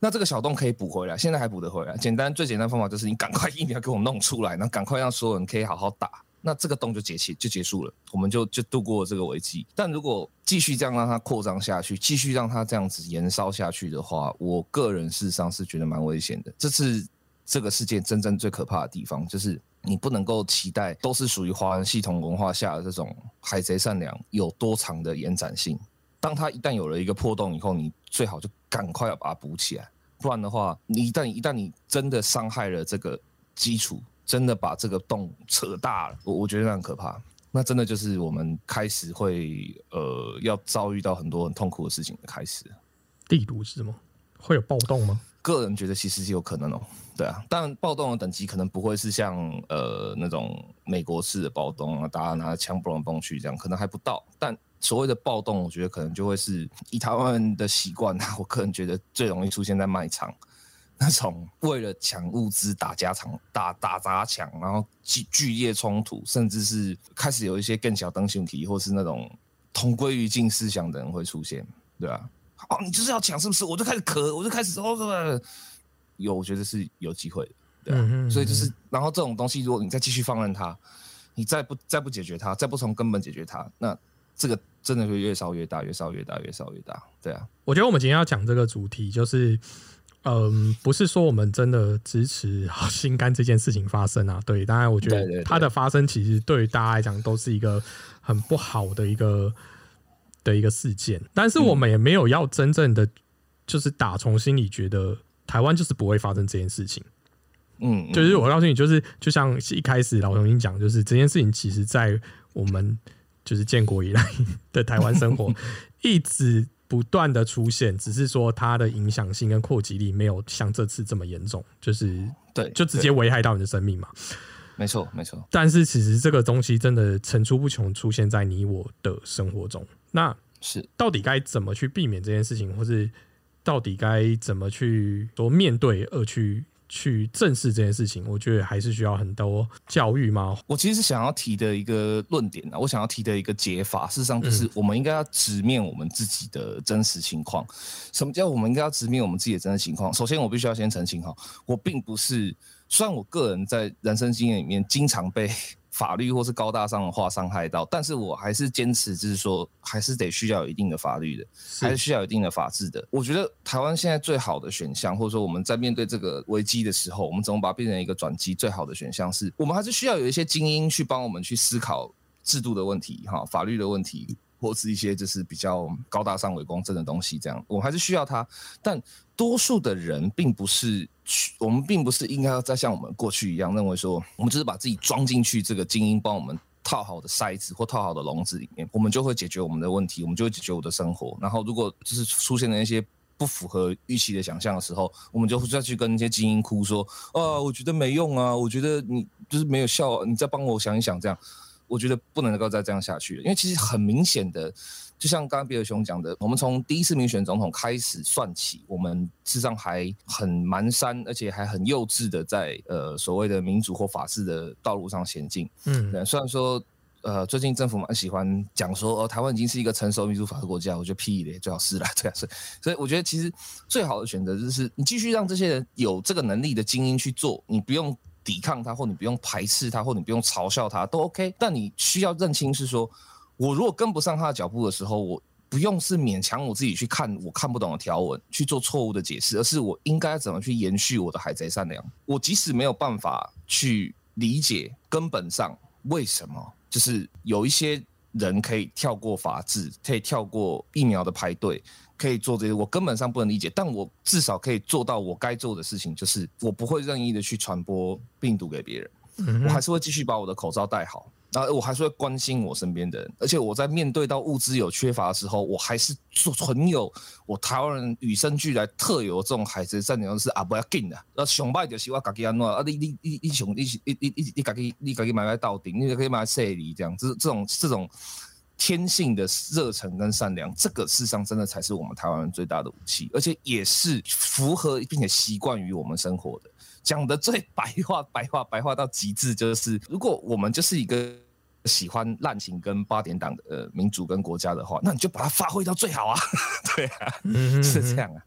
那这个小洞可以补回来，现在还补得回来。最简单的方法就是你赶快疫苗给我弄出来，然后赶快让所有人可以好好打，那这个洞就结束了，我们就度过了这个危机。但如果继续这样让它扩张下去，继续让它这样子延烧下去的话，我个人事实上是觉得蛮危险的。这是这个世界真正最可怕的地方，就是你不能够期待都是属于华人系统文化下的这种海贼善良有多长的延展性。当它一旦有了一个破洞以后，你最好就赶快要把它补起来，不然的话，一旦你真的伤害了这个基础，真的把这个洞扯大了，我觉得那很可怕。那真的就是我们开始会要遭遇到很多很痛苦的事情的开始。 例如是什么？会有暴动吗？ 个人觉得其实是有可能哦，对啊，当然暴动的等级可能不会是像那种美国式的暴动啊，大家拿着枪蹦来蹦去这样，可能还不到。但所谓的暴动，我觉得可能就会是以台湾人的习惯啊，我个人觉得最容易出现在卖场那种为了抢物资打砸抢，然后剧烈冲突，甚至是开始有一些更小灯熊体或是那种同归于尽思想的人会出现，对吧？哦，你就是要抢是不是？我就开始咳，我就开始我觉得是有机会的，对啊。所以就是，然后这种东西，如果你再继续放任它，你再不解决它，再不从根本解决它，那这个真的会越烧越大，越烧越大，越烧越大，对啊。 我觉得我们今天要讲这个主题，就是不是说我们真的支持心肝这件事情发生啊，对，当然我觉得它的发生其实对于大家来讲都是一个很不好的一个事件，但是我们也没有要真正的就是打从心里觉得台湾就是不会发生这件事情。就是我告诉你，就像一开始老熊已经讲，就是这件事情其实在我们就是建国以来的台湾生活一直不断的出现，只是说它的影响性跟扩及力没有像这次这么严重，就是对， 就直接危害到你的生命嘛。 没错，没错。 但是其实这个东西真的层出不穷，出现在你我的生活中。那是到底该怎么去避免这件事情，或是到底该怎么去说面对去正视这件事情，我觉得还是需要很多教育嘛。 我其实想要提的一个论点啊，我想要提的一个解法，事实上就是我们应该要直面我们自己的真实情况。什么叫我们应该要直面我们自己的真实情况？首先，我必须要先澄清哈，我并不是，虽然我个人在人生经验里面经常被法律或是高大上的话伤害到，但是我还是坚持，就是说，还是得需要有一定的法律的，还是需要有一定的法治的。我觉得台湾现在最好的选项，或者说我们在面对这个危机的时候，我们怎么把它变成一个转机？最好的选项是我们还是需要有一些精英去帮我们去思考制度的问题，法律的问题，或是一些就是比较高大上、伪公正的东西，这样我们还是需要它。但多数的人我们并不是应该要再像我们过去一样认为说，我们就是把自己装进去这个精英帮我们套好的筛子或套好的笼子里面，我们就会解决我们的问题，我们就会解决我的生活。然后如果就是出现了一些不符合预期的想象的时候，我们就会再去跟那些精英哭说，我觉得没用啊，我觉得你就是没有效啊，你再帮我想一想这样。我觉得不能够再这样下去了，因为其实很明显的，就像刚刚比尔熊讲的，我们从第一次民选总统开始算起，我们事实上还很蹒跚，而且还很幼稚的在所谓的民主或法治的道路上前进。虽然说最近政府蛮喜欢讲说，台湾已经是一个成熟民主法治国家，我觉得屁咧，最好是啦，对啊，所以我觉得其实最好的选择就是你继续让这些人有这个能力的精英去做，你不用抵抗他，或你不用排斥他，或你不用嘲笑他，都 OK。但你需要认清是说，我如果跟不上他的脚步的时候，我不用是勉强我自己去看我看不懂的条文，去做错误的解释，而是我应该怎么去延续我的海贼善良。我即使没有办法去理解根本上为什么，就是有一些人可以跳过法治，可以跳过疫苗的排队，可以做这些，我根本上不能理解，但我至少可以做到我该做的事情，就是我不会任意的去传播病毒给别人，我还是会继续把我的口罩戴好，然后我还是会关心我身边的人，而且我在面对到物资有缺乏的时候，我还是存有我台湾人与生俱来特有这种海贼善良，就是不要紧啦，上歹就是我自己安怎你上你自己买买到顶，你可以买设理这样，这种天性的热忱跟善良，这个事实上真的才是我们台湾人最大的武器，而且也是符合并且习惯于我们生活的。讲的最白话到极致，就是如果我们就是一个喜欢滥情跟8点档的民主跟国家的话，那你就把它发挥到最好啊，对啊，是这样啊。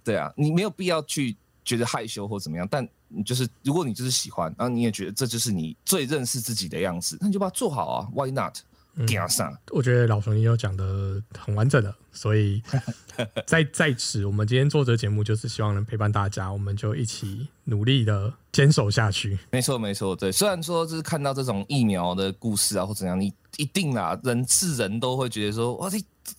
对啊，你没有必要去觉得害羞或怎么样，但你就是如果你就是喜欢，然后你也觉得这就是你最认识自己的样子，那你就把它做好啊 ，Why not？加上， 我觉得老熊有讲的很完整了，所以在此，我们今天做这个节目就是希望能陪伴大家，我们就一起努力的坚守下去。没错，对。虽然说就是看到这种疫苗的故事啊，或怎样，你一定啦，人是人都会觉得说，哇，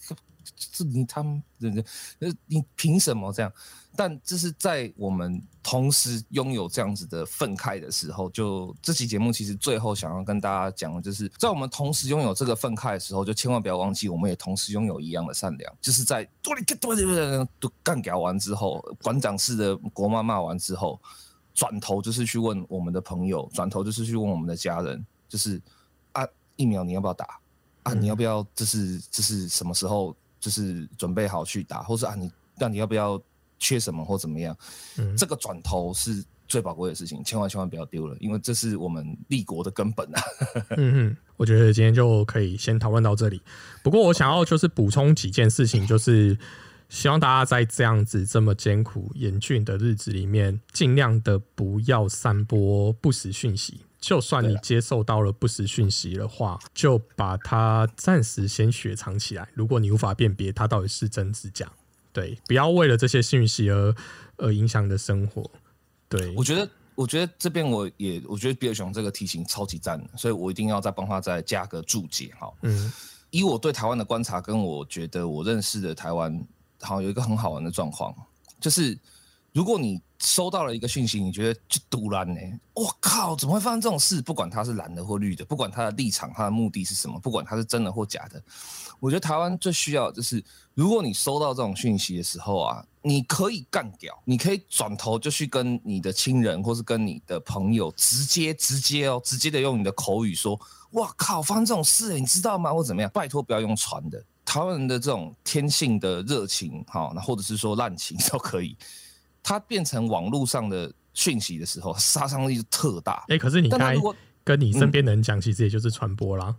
你凭什么这样？但这是在我们同时拥有这样子的愤慨的时候，就这期节目其实最后想要跟大家讲的就是，在我们同时拥有这个愤慨的时候，就千万不要忘记，我们也同时拥有一样的善良。就是在都干掉完之后，馆长式的国骂完之后，转头就是去问我们的朋友，转头就是去问我们的家人，就是啊，疫苗你要不要打？啊，你要不要就是什么时候就是准备好去打，或是啊你要不要？缺什么或怎么样，这个转头是最宝贵的事情，千万不要丢了，因为这是我们立国的根本啊。 我觉得今天就可以先讨论到这里。不过我想要就是补充几件事情，就是希望大家在这样子这么艰苦严峻的日子里面，尽量的不要散播不实讯息。就算你接受到了不实讯息的话，就把它暂时先雪藏起来。如果你无法辨别它到底是真是假。对，不要为了这些讯息而影响你的生活。对， 我觉得这边我觉得比尔熊这个题型超级赞的，所以我一定要再帮他再加个注解哈。以我对台湾的观察，跟我觉得我认识的台湾，好有一个很好玩的状况，就是如果你收到了一个讯息，你觉得就突然呢，我靠，怎么会发生这种事？不管他是蓝的或绿的，不管他的立场、他的目的是什么，不管他是真的或假的，我觉得台湾最需要的就是，如果你收到这种讯息的时候啊，你可以干掉，你可以转头就去跟你的亲人或是跟你的朋友直接的用你的口语说，哇靠，发生这种事，你知道吗？或怎么样？拜托不要用传的，台湾人的这种天性的热情，好，或者是说滥情都可以。它变成网络上的讯息的时候，杀伤力就特大。 可是你该跟你身边的人讲，其实也就是传播啦。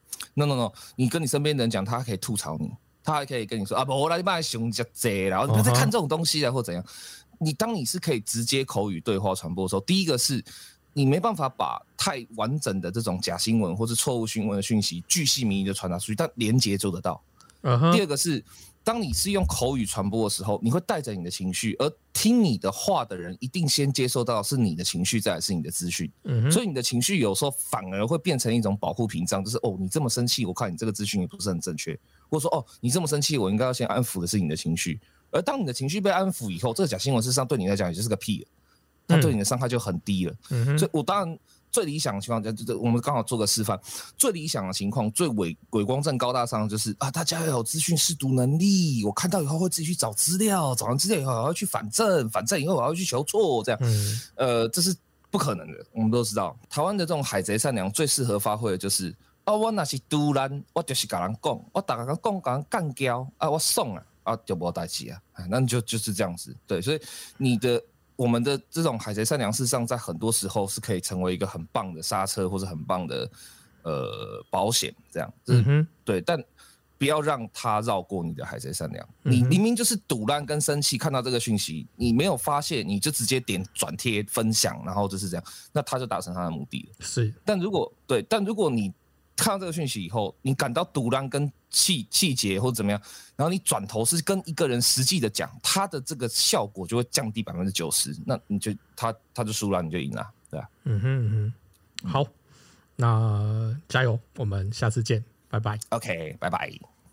No， 你跟你身边的人讲，他可以吐槽你，他还可以跟你说啊，我来你妈熊家贼，然后不要再看这种东西啊，或怎样。当你是可以直接口语对话传播的时候，第一个是你没办法把太完整的这种假新闻或是错误新闻的讯息巨细靡遗的传达出去，但连结做得到。第二个是，当你是用口语传播的时候，你会带着你的情绪，而听你的话的人一定先接收到的是你的情绪，再来是你的资讯。所以你的情绪有时候反而会变成一种保护屏障，就是你这么生气，我看你这个资讯也不是很正确，或者说你这么生气，我应该要先安抚的是你的情绪。而当你的情绪被安抚以后，这个假新闻事实上对你来讲也就是个屁了，它对你的伤害就很低了。所以我当然。最理想的情况下，我们刚好做个示范。最理想的情况，最伟光正高大上，就是大家要有资讯识读能力。我看到以后会自己去找资料，找完资料以后我要去反证，反证以后我要去求错，这样。这是不可能的。我们都知道，台湾的这种海贼善良最适合发挥的就是，我那是突然，我就是跟人讲，我大家讲，跟人干交，我送就没代志那就是这样子。对，所以我们的这种海贼善良，事实上在很多时候是可以成为一个很棒的刹车，或者很棒的保险，这样。对，但不要让它绕过你的海贼善良。你明明就是赌烂跟生气，看到这个讯息，你没有发现，你就直接点转贴分享，然后就是这样，那他就达成他的目的了。 是， 但如果你看到这个讯息以后，你感到堵烂跟气结或者怎么样，然后你转头是跟一个人实际的讲，他的这个效果就会降低90%，那你就他就输了，你就赢了，对吧？ 好，那加油，我们下次见，拜拜。 OK， 拜拜。